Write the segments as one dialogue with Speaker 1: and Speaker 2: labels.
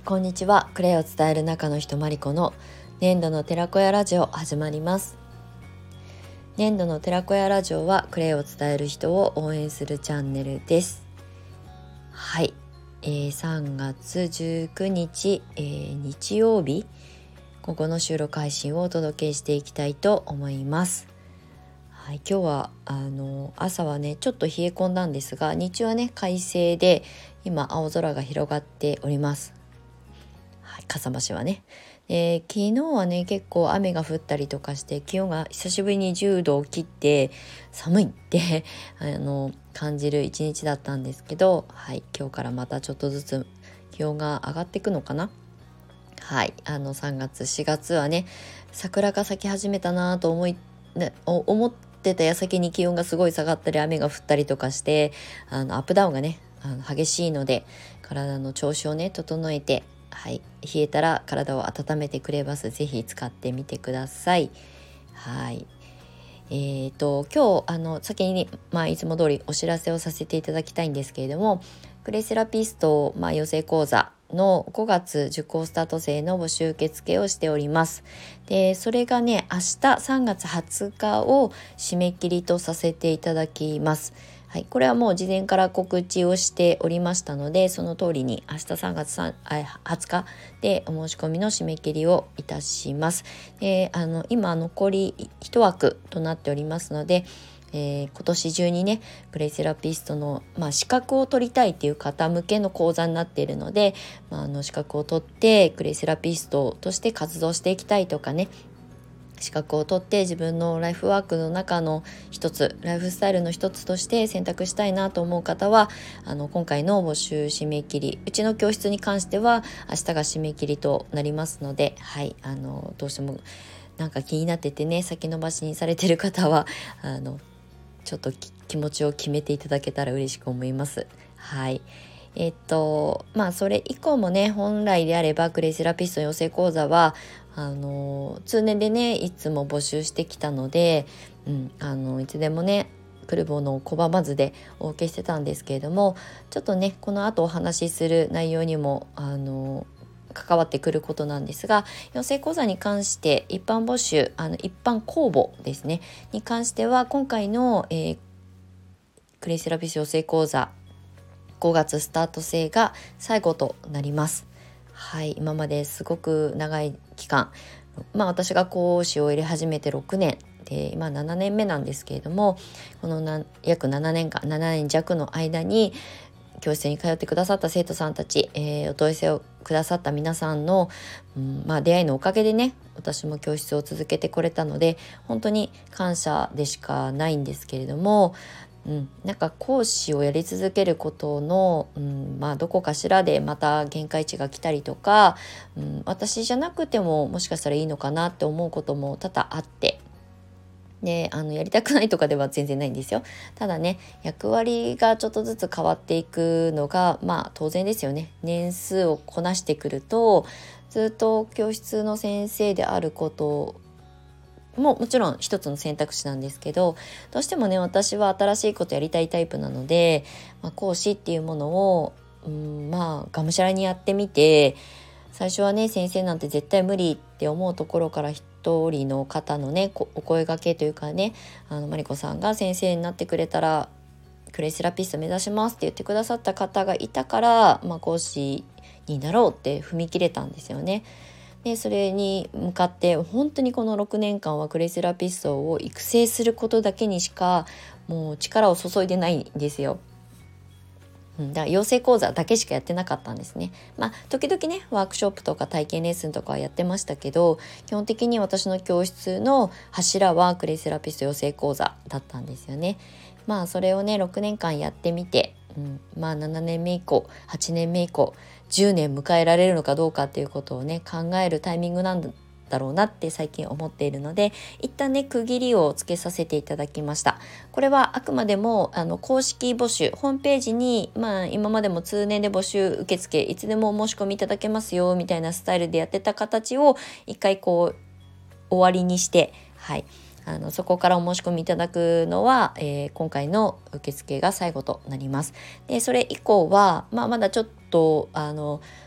Speaker 1: こんにちは。クレイを伝える中の人まりこの粘土の寺子屋ラジオ始まります。粘土の寺子屋ラジオはクレイを伝える人を応援するチャンネルです。はい、3月19日、日曜日午後の収録配信をお届けしていきたいと思います。はい、今日は朝はねちょっと冷え込んだんですが、日中はね快晴で今青空が広がっております。笠間市はね、昨日はね結構雨が降ったりとかして気温が久しぶりに10度を切って寒いって感じる一日だったんですけど、はい、今日からまたちょっとずつ気温が上がっていくのかな。はい、3月4月はね桜が咲き始めたなと思ってた矢先に気温がすごい下がったり雨が降ったりとかしてアップダウンがね激しいので、体の調子をね整えて、はい、冷えたら体を温めてくれます。ぜひ使ってみてください。はい、今日先に、いつも通りお知らせをさせていただきたいんですけれども、クレイセラピスト、養成講座の5月受講スタート生の募集受付をしております。で、それがね明日3月20日を締め切りとさせていただきます。はい、これはもう事前から告知をしておりましたので、その通りに明日3月20日でお申し込みの締め切りをいたします。今残り1枠となっておりますので、今年中にねクレイセラピストの、資格を取りたいっていう方向けの講座になっているので、資格を取ってクレイセラピストとして活動していきたいとかね、資格を取って自分のライフワークの中の一つ、ライフスタイルの一つとして選択したいなと思う方は今回の募集締め切り、うちの教室に関しては明日が締め切りとなりますので、はい、どうしてもなんか気になっててね先延ばしにされてる方はちょっと気持ちを決めていただけたら嬉しく思います。はい、それ以降もね本来であればクレイセラピスト養成講座は通年でねいつも募集してきたので、いつでもね来るものを拒まずでお受けしてたんですけれども、ちょっとねこの後お話しする内容にも関わってくることなんですが、養成講座に関して一般募集一般公募ですねに関しては今回の、クレイセラピスト養成講座5月スタート制が最後となります。はい、今まですごく長い期間、私が講師を入れ始めて6年で今7年目なんですけれども、この約7年間7年弱の間に教室に通ってくださった生徒さんたち、お問い合わせをくださった皆さんの、出会いのおかげでね私も教室を続けてこれたので本当に感謝でしかないんですけれども、なんか講師をやり続けることの、どこかしらでまた限界値が来たりとか、私じゃなくてももしかしたらいいのかなって思うことも多々あって、でやりたくないとかでは全然ないんですよ。ただね役割がちょっとずつ変わっていくのが当然ですよね。年数をこなしてくるとずっと教室の先生であることもちろん一つの選択肢なんですけど、どうしてもね私は新しいことやりたいタイプなので、講師っていうものをがむしゃらにやってみて、最初はね先生なんて絶対無理って思うところから一人の方のねお声掛けというかね、マリコさんが先生になってくれたらクレイセラピスト目指しますって言ってくださった方がいたから、講師になろうって踏み切れたんですよね。でそれに向かって本当にこの6年間はクレイセラピストを育成することだけにしかもう力を注いでないんですよ。だから養成講座だけしかやってなかったんですね。時々ねワークショップとか体験レッスンとかはやってましたけど、基本的に私の教室の柱はクレイセラピスト養成講座だったんですよね。それをね6年間やってみて、7年目以降8年目以降10年迎えられるのかどうかっていうことをね考えるタイミングなんだろうなって最近思っているので、一旦ね区切りをつけさせていただきました。これはあくまでも公式募集ホームページに、今までも通年で募集受付いつでもお申し込みいただけますよみたいなスタイルでやってた形を一回終わりにして、はい、そこからお申し込みいただくのは、今回の受付が最後となります。でそれ以降は、まだちょっと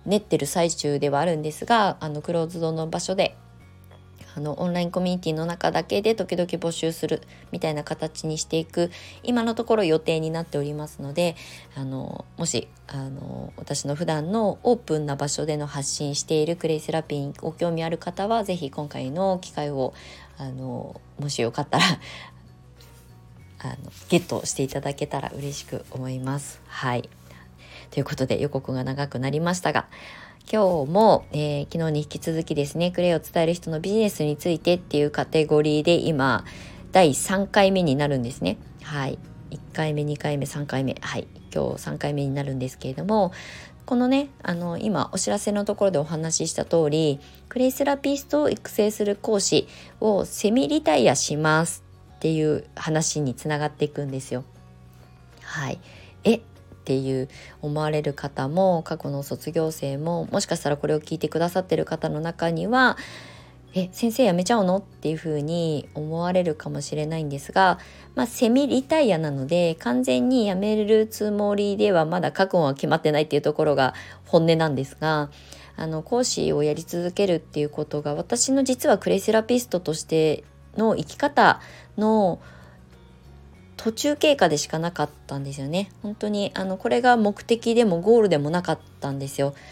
Speaker 1: 練ってる最中ではあるんですが、クローズドの場所でオンラインコミュニティの中だけで時々募集するみたいな形にしていく今のところ予定になっておりますので、もし私の普段のオープンな場所での発信しているクレイセラピーにご興味ある方はぜひ今回の機会をもしよかったらゲットしていただけたら嬉しく思います。はい、ということで予告が長くなりましたが、今日も、昨日に引き続きですね、クレイを伝える人のビジネスについてっていうカテゴリーで今第3回目になるんですね。はい、1回目2回目3回目、はい、今日3回目になるんですけれども、このね今お知らせのところでお話しした通り、クレイセラピストを育成する講師をセミリタイアしますっていう話につながっていくんですよ。はい、っていう思われる方も、過去の卒業生も、もしかしたらこれを聞いてくださってる方の中には先生辞めちゃうのっていう風に思われるかもしれないんですが、セミリタイアなので完全に辞めるつもりではまだ覚悟は決まってないっていうところが本音なんですが、講師をやり続けるっていうことが私の実はクレイセラピストとしての生き方の途中経過でしかなかったんですよね。本当にこれが目的でもゴールでもなかったんですよ。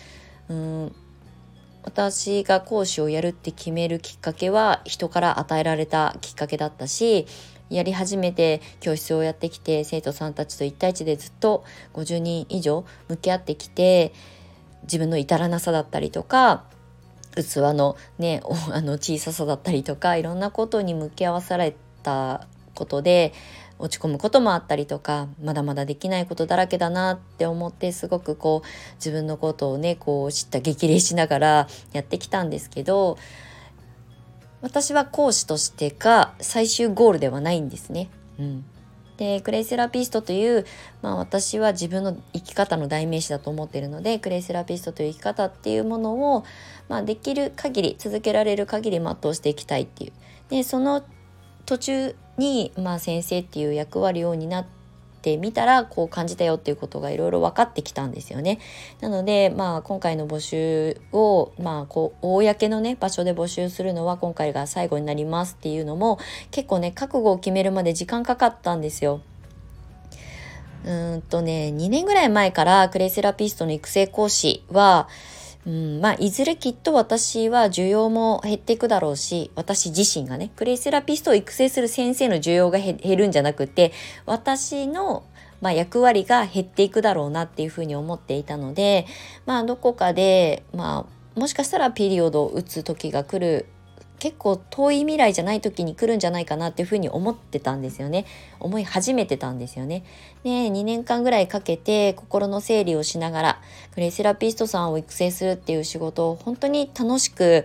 Speaker 1: 私が講師をやるって決めるきっかけは人から与えられたきっかけだったし、やり始めて教室をやってきて生徒さんたちと1対1でずっと50人以上向き合ってきて、自分の至らなさだったりとか器のね小ささだったりとか、いろんなことに向き合わされたことで落ち込むこともあったりとか、まだまだできないことだらけだなって思って、すごく自分のことをね知った激励しながらやってきたんですけど、私は講師としてが最終ゴールではないんですね。でクレイセラピストという、私は自分の生き方の代名詞だと思っているので、クレイセラピストという生き方っていうものを、できる限り続けられる限り全うしていきたいっていう。でその途中に、先生っていう役割を担ってみたらこう感じたよっていうことがいろいろ分かってきたんですよね。なので、今回の募集を、公のね場所で募集するのは今回が最後になりますっていうのも結構ね覚悟を決めるまで時間かかったんですよ。2年ぐらい前からクレイセラピストの育成講師はいずれきっと私は需要も減っていくだろうし、私自身がねクレイセラピストを育成する先生の需要が減るんじゃなくて、私の役割が減っていくだろうなっていうふうに思っていたので、どこかでもしかしたらピリオドを打つ時が来る、結構遠い未来じゃない時に来るんじゃないかなっていうふうに思ってたんですよね。思い始めてたんですよね。で2年間ぐらいかけて心の整理をしながらクレイセラピストさんを育成するっていう仕事を本当に楽しく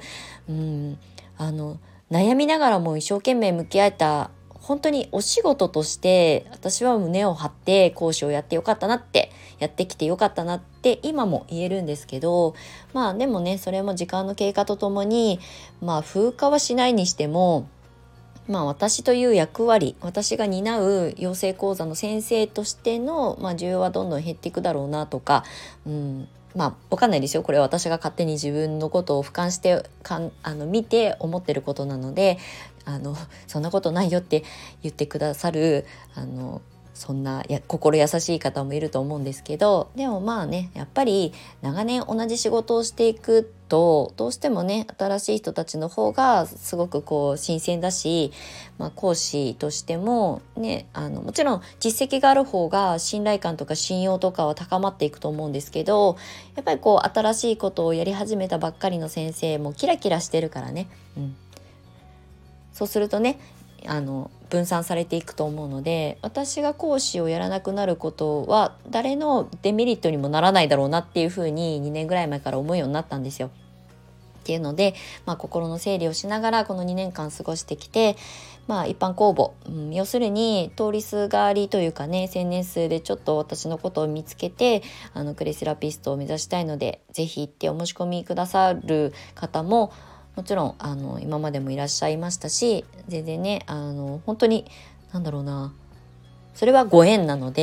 Speaker 1: 悩みながらも一生懸命向き合えた、本当にお仕事として私は胸を張って講師をやってよかったなって、やってきてよかったなって今も言えるんですけど、でもねそれも時間の経過とともに風化はしないにしても、私という役割、私が担う養成講座の先生としての、需要はどんどん減っていくだろうなとか、わかんないですよ。これは私が勝手に自分のことを俯瞰して見て思ってることなので、そんなことないよって言ってくださるそんな心優しい方もいると思うんですけど、でもやっぱり長年同じ仕事をしていくとどうしてもね新しい人たちの方がすごく新鮮だし、講師としてもねもちろん実績がある方が信頼感とか信用とかは高まっていくと思うんですけど、やっぱり新しいことをやり始めたばっかりの先生もキラキラしてるからね、そうするとね分散されていくと思うので、私が講師をやらなくなることは誰のデメリットにもならないだろうなっていうふうに2年ぐらい前から思うようになったんですよ。っていうので、心の整理をしながらこの2年間過ごしてきて、一般公募、要するに通りすがりというかね SNS でちょっと私のことを見つけてクレイセラピストを目指したいのでぜひってお申し込みくださる方ももちろん今までもいらっしゃいましたし、全然ね本当にそれはご縁なので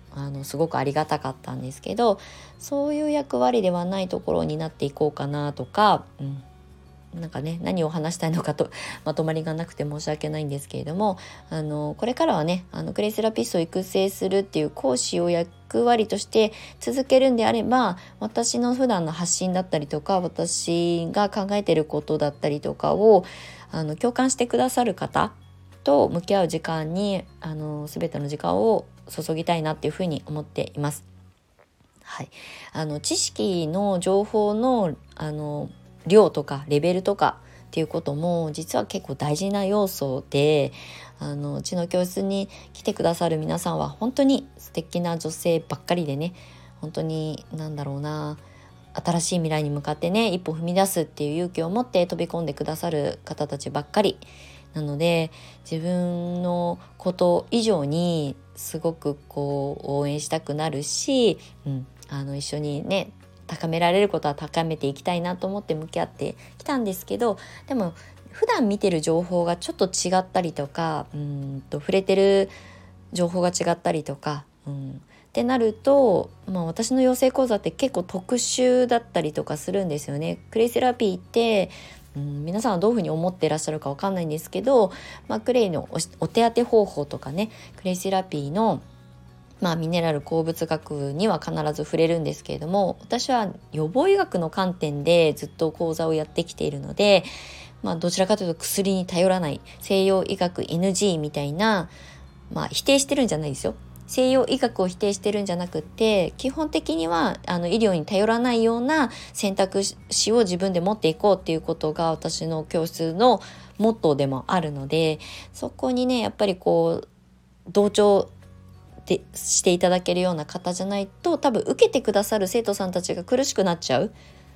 Speaker 1: すごくありがたかったんですけど、そういう役割ではないところになっていこうかなとか、なんかね、何を話したいのかとまとまりがなくて申し訳ないんですけれども、これからはね、クレイセラピストを育成するっていう講師を役割として続けるんであれば、私の普段の発信だったりとか、私が考えていることだったりとかを共感してくださる方と向き合う時間に全ての時間を注ぎたいなっていうふうに思っています。はい、知識の情報の量とかレベルとかっていうことも実は結構大事な要素で、うちの教室に来てくださる皆さんは本当に素敵な女性ばっかりでね、本当に新しい未来に向かってね、一歩踏み出すっていう勇気を持って飛び込んでくださる方たちばっかりなので、自分のこと以上にすごく応援したくなるし、一緒にね高められることは高めていきたいなと思って向き合ってきたんですけど、でも普段見てる情報がちょっと違ったりとか、触れてる情報が違ったりとか、ってなると、私の養成講座って結構特殊だったりとかするんですよね。クレイセラピーって、皆さんはどういうふうに思っていらっしゃるかわかんないんですけど、クレイのお手当て方法とかね、クレイセラピーのミネラル鉱物学には必ず触れるんですけれども、私は予防医学の観点でずっと講座をやってきているので、どちらかというと薬に頼らない西洋医学 NG みたいな、否定してるんじゃないですよ。西洋医学を否定してるんじゃなくて、基本的には医療に頼らないような選択肢を自分で持っていこうっていうことが私の教室のモットーでもあるので、そこにねやっぱり同調でしていただけるような方じゃないと、多分受けてくださる生徒さんたちが苦しくなっちゃう。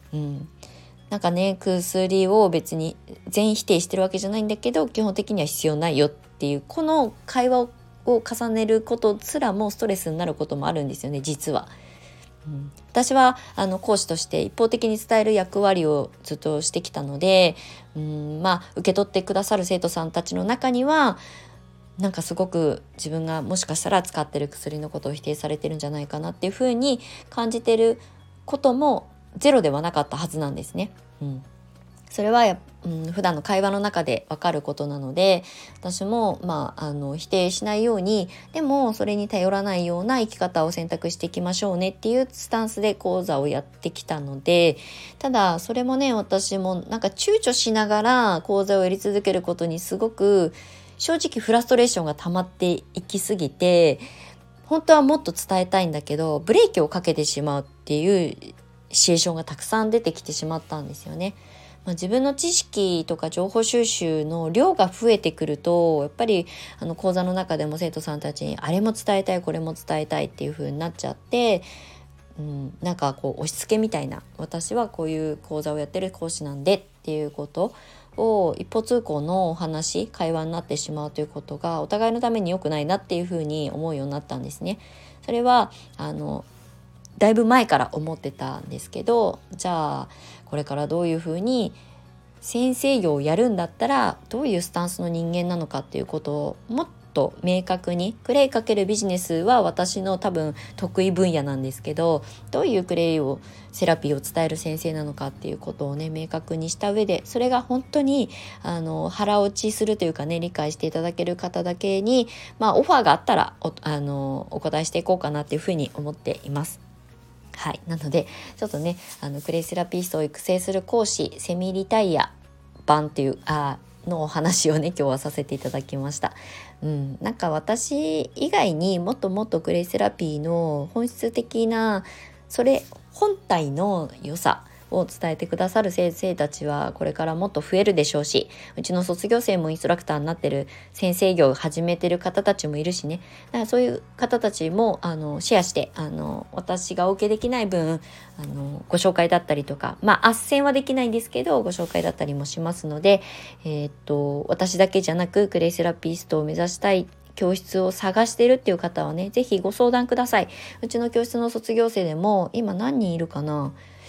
Speaker 1: 薬を別に全否定してるわけじゃないんだけど、基本的には必要ないよっていう、この会話を重ねることすらもストレスになることもあるんですよね、実は。私は講師として一方的に伝える役割をずっとしてきたので、受け取ってくださる生徒さんたちの中にはすごく自分がもしかしたら使ってる薬のことを否定されてるんじゃないかなっていうふうに感じてることもゼロではなかったはずなんですね。それは普段の会話の中で分かることなので、私も否定しないように、でもそれに頼らないような生き方を選択していきましょうねっていうスタンスで講座をやってきたので、ただそれもね、私も躊躇しながら講座をやり続けることにすごく正直フラストレーションが溜まっていきすぎて、本当はもっと伝えたいんだけどブレーキをかけてしまうっていうシチュエーションがたくさん出てきてしまったんですよね。自分の知識とか情報収集の量が増えてくると、やっぱり講座の中でも生徒さんたちにあれも伝えたいこれも伝えたいっていう風になっちゃって、押し付けみたいな、私はこういう講座をやってる講師なんでっていうことを一方通行のお話会話になってしまうということがお互いのために良くないなっていう風に思うようになったんですね。それはだいぶ前から思ってたんですけど、じゃあこれからどういうふうに先生業をやるんだったらどういうスタンスの人間なのかっていうことをもっと明確に、クレイ×ビジネスは私の多分得意分野なんですけど、どういうクレイをセラピーを伝える先生なのかっていうことをね明確にした上で、それが本当に腹落ちするというかね、理解していただける方だけにオファーがあったらお答えしていこうかなっていうふうに思っています。はい、なのでちょっとねクレイセラピストを育成する講師セミリタイア版っていうのお話をね今日はさせていただきました。私以外にもっともっとクレイセラピーの本質的なそれ本体の良さを伝えてくださる先生たちはこれからもっと増えるでしょうし、うちの卒業生もインストラクターになってる先生業を始めてる方たちもいるしね、だからそういう方たちもシェアして私がお受けできない分ご紹介だったりとか、斡旋はできないんですけどご紹介だったりもしますので、私だけじゃなくクレイセラピストを目指したい教室を探しているっていう方はね、ぜひご相談ください。うちの教室の卒業生でも今何人いるかな、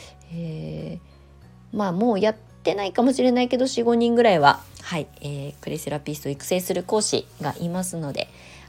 Speaker 1: もうやってないかもしれないけど 4,5 人ぐらいはクレイセラピストを育成する講師がいますので、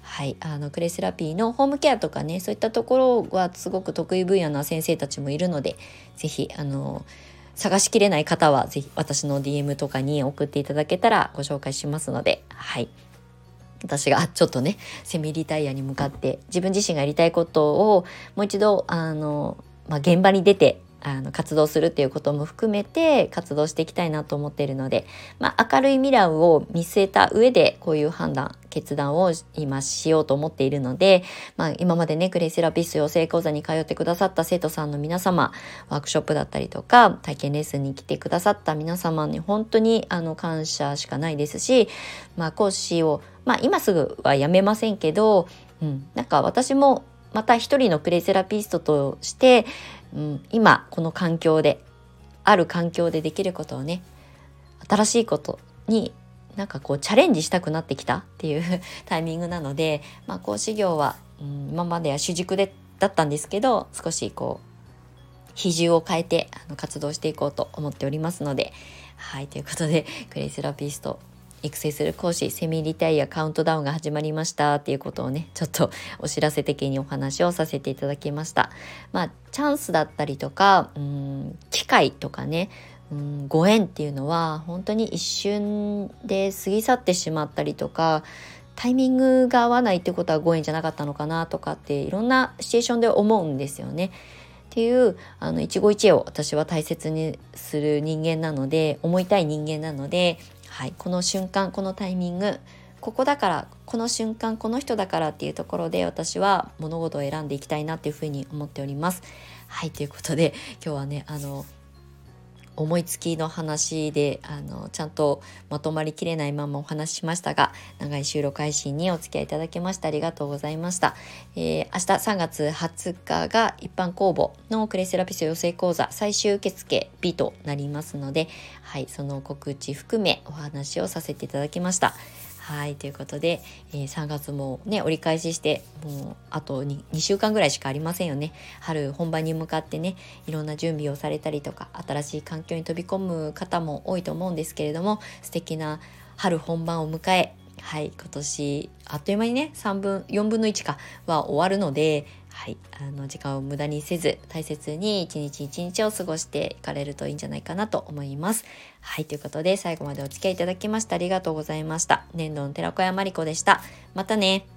Speaker 1: はい、クレイセラピーのホームケアとかね、そういったところはすごく得意分野な先生たちもいるので、ぜひ探しきれない方はぜひ私の DM とかに送っていただけたらご紹介しますので、はい、私がちょっとねセミリタイアに向かって自分自身がやりたいことをもう一度現場に出て活動するっていうことも含めて活動していきたいなと思っているので、明るい未来を見据えた上でこういう決断を今しようと思っているので、今までねクレイセラピスト養成講座に通ってくださった生徒さんの皆様、ワークショップだったりとか体験レッスンに来てくださった皆様に本当に感謝しかないですし、講師を今すぐはやめませんけど、なんか私もまた一人のクレイセラピストとして、今このある環境でできることをね、新しいことになんかこうチャレンジしたくなってきたっていうタイミングなので、講師業は、今までは主軸だったんですけど、少しこう比重を変えて活動していこうと思っておりますので、はい、ということでクレイセラピスト育成する講師セミリタイアカウントダウンが始まりましたっていうことをね、ちょっとお知らせ的にお話をさせていただきました。チャンスだったりとか機会とかね、ご縁っていうのは本当に一瞬で過ぎ去ってしまったりとか、タイミングが合わないってことはご縁じゃなかったのかなとかっていろんなシチュエーションで思うんですよね。っていう一期一会を私は大切にする人間なので、思いたい人間なので、はい、この瞬間このタイミングここだからこの瞬間この人だからっていうところで私は物事を選んでいきたいなっていうふうに思っております。はい、ということで今日はね思いつきの話でちゃんとまとまりきれないままお話ししましたが、長い収録配信にお付き合いいただきましてありがとうございました。明日3月20日が一般公募のクレイセラピスト養成講座最終受付日となりますので、はい、その告知含めお話をさせていただきました。はい、ということで、3月もね折り返ししてもうあと 2週間ぐらいしかありませんよね。春本番に向かってねいろんな準備をされたりとか新しい環境に飛び込む方も多いと思うんですけれども、素敵な春本番を迎え、はい、今年あっという間にね4分の1は終わるので、はい、時間を無駄にせず大切に一日一日を過ごしていかれるといいんじゃないかなと思います。はい、ということで最後までお付き合いいただきましてありがとうございました。年度の寺子屋まりこでした。またね。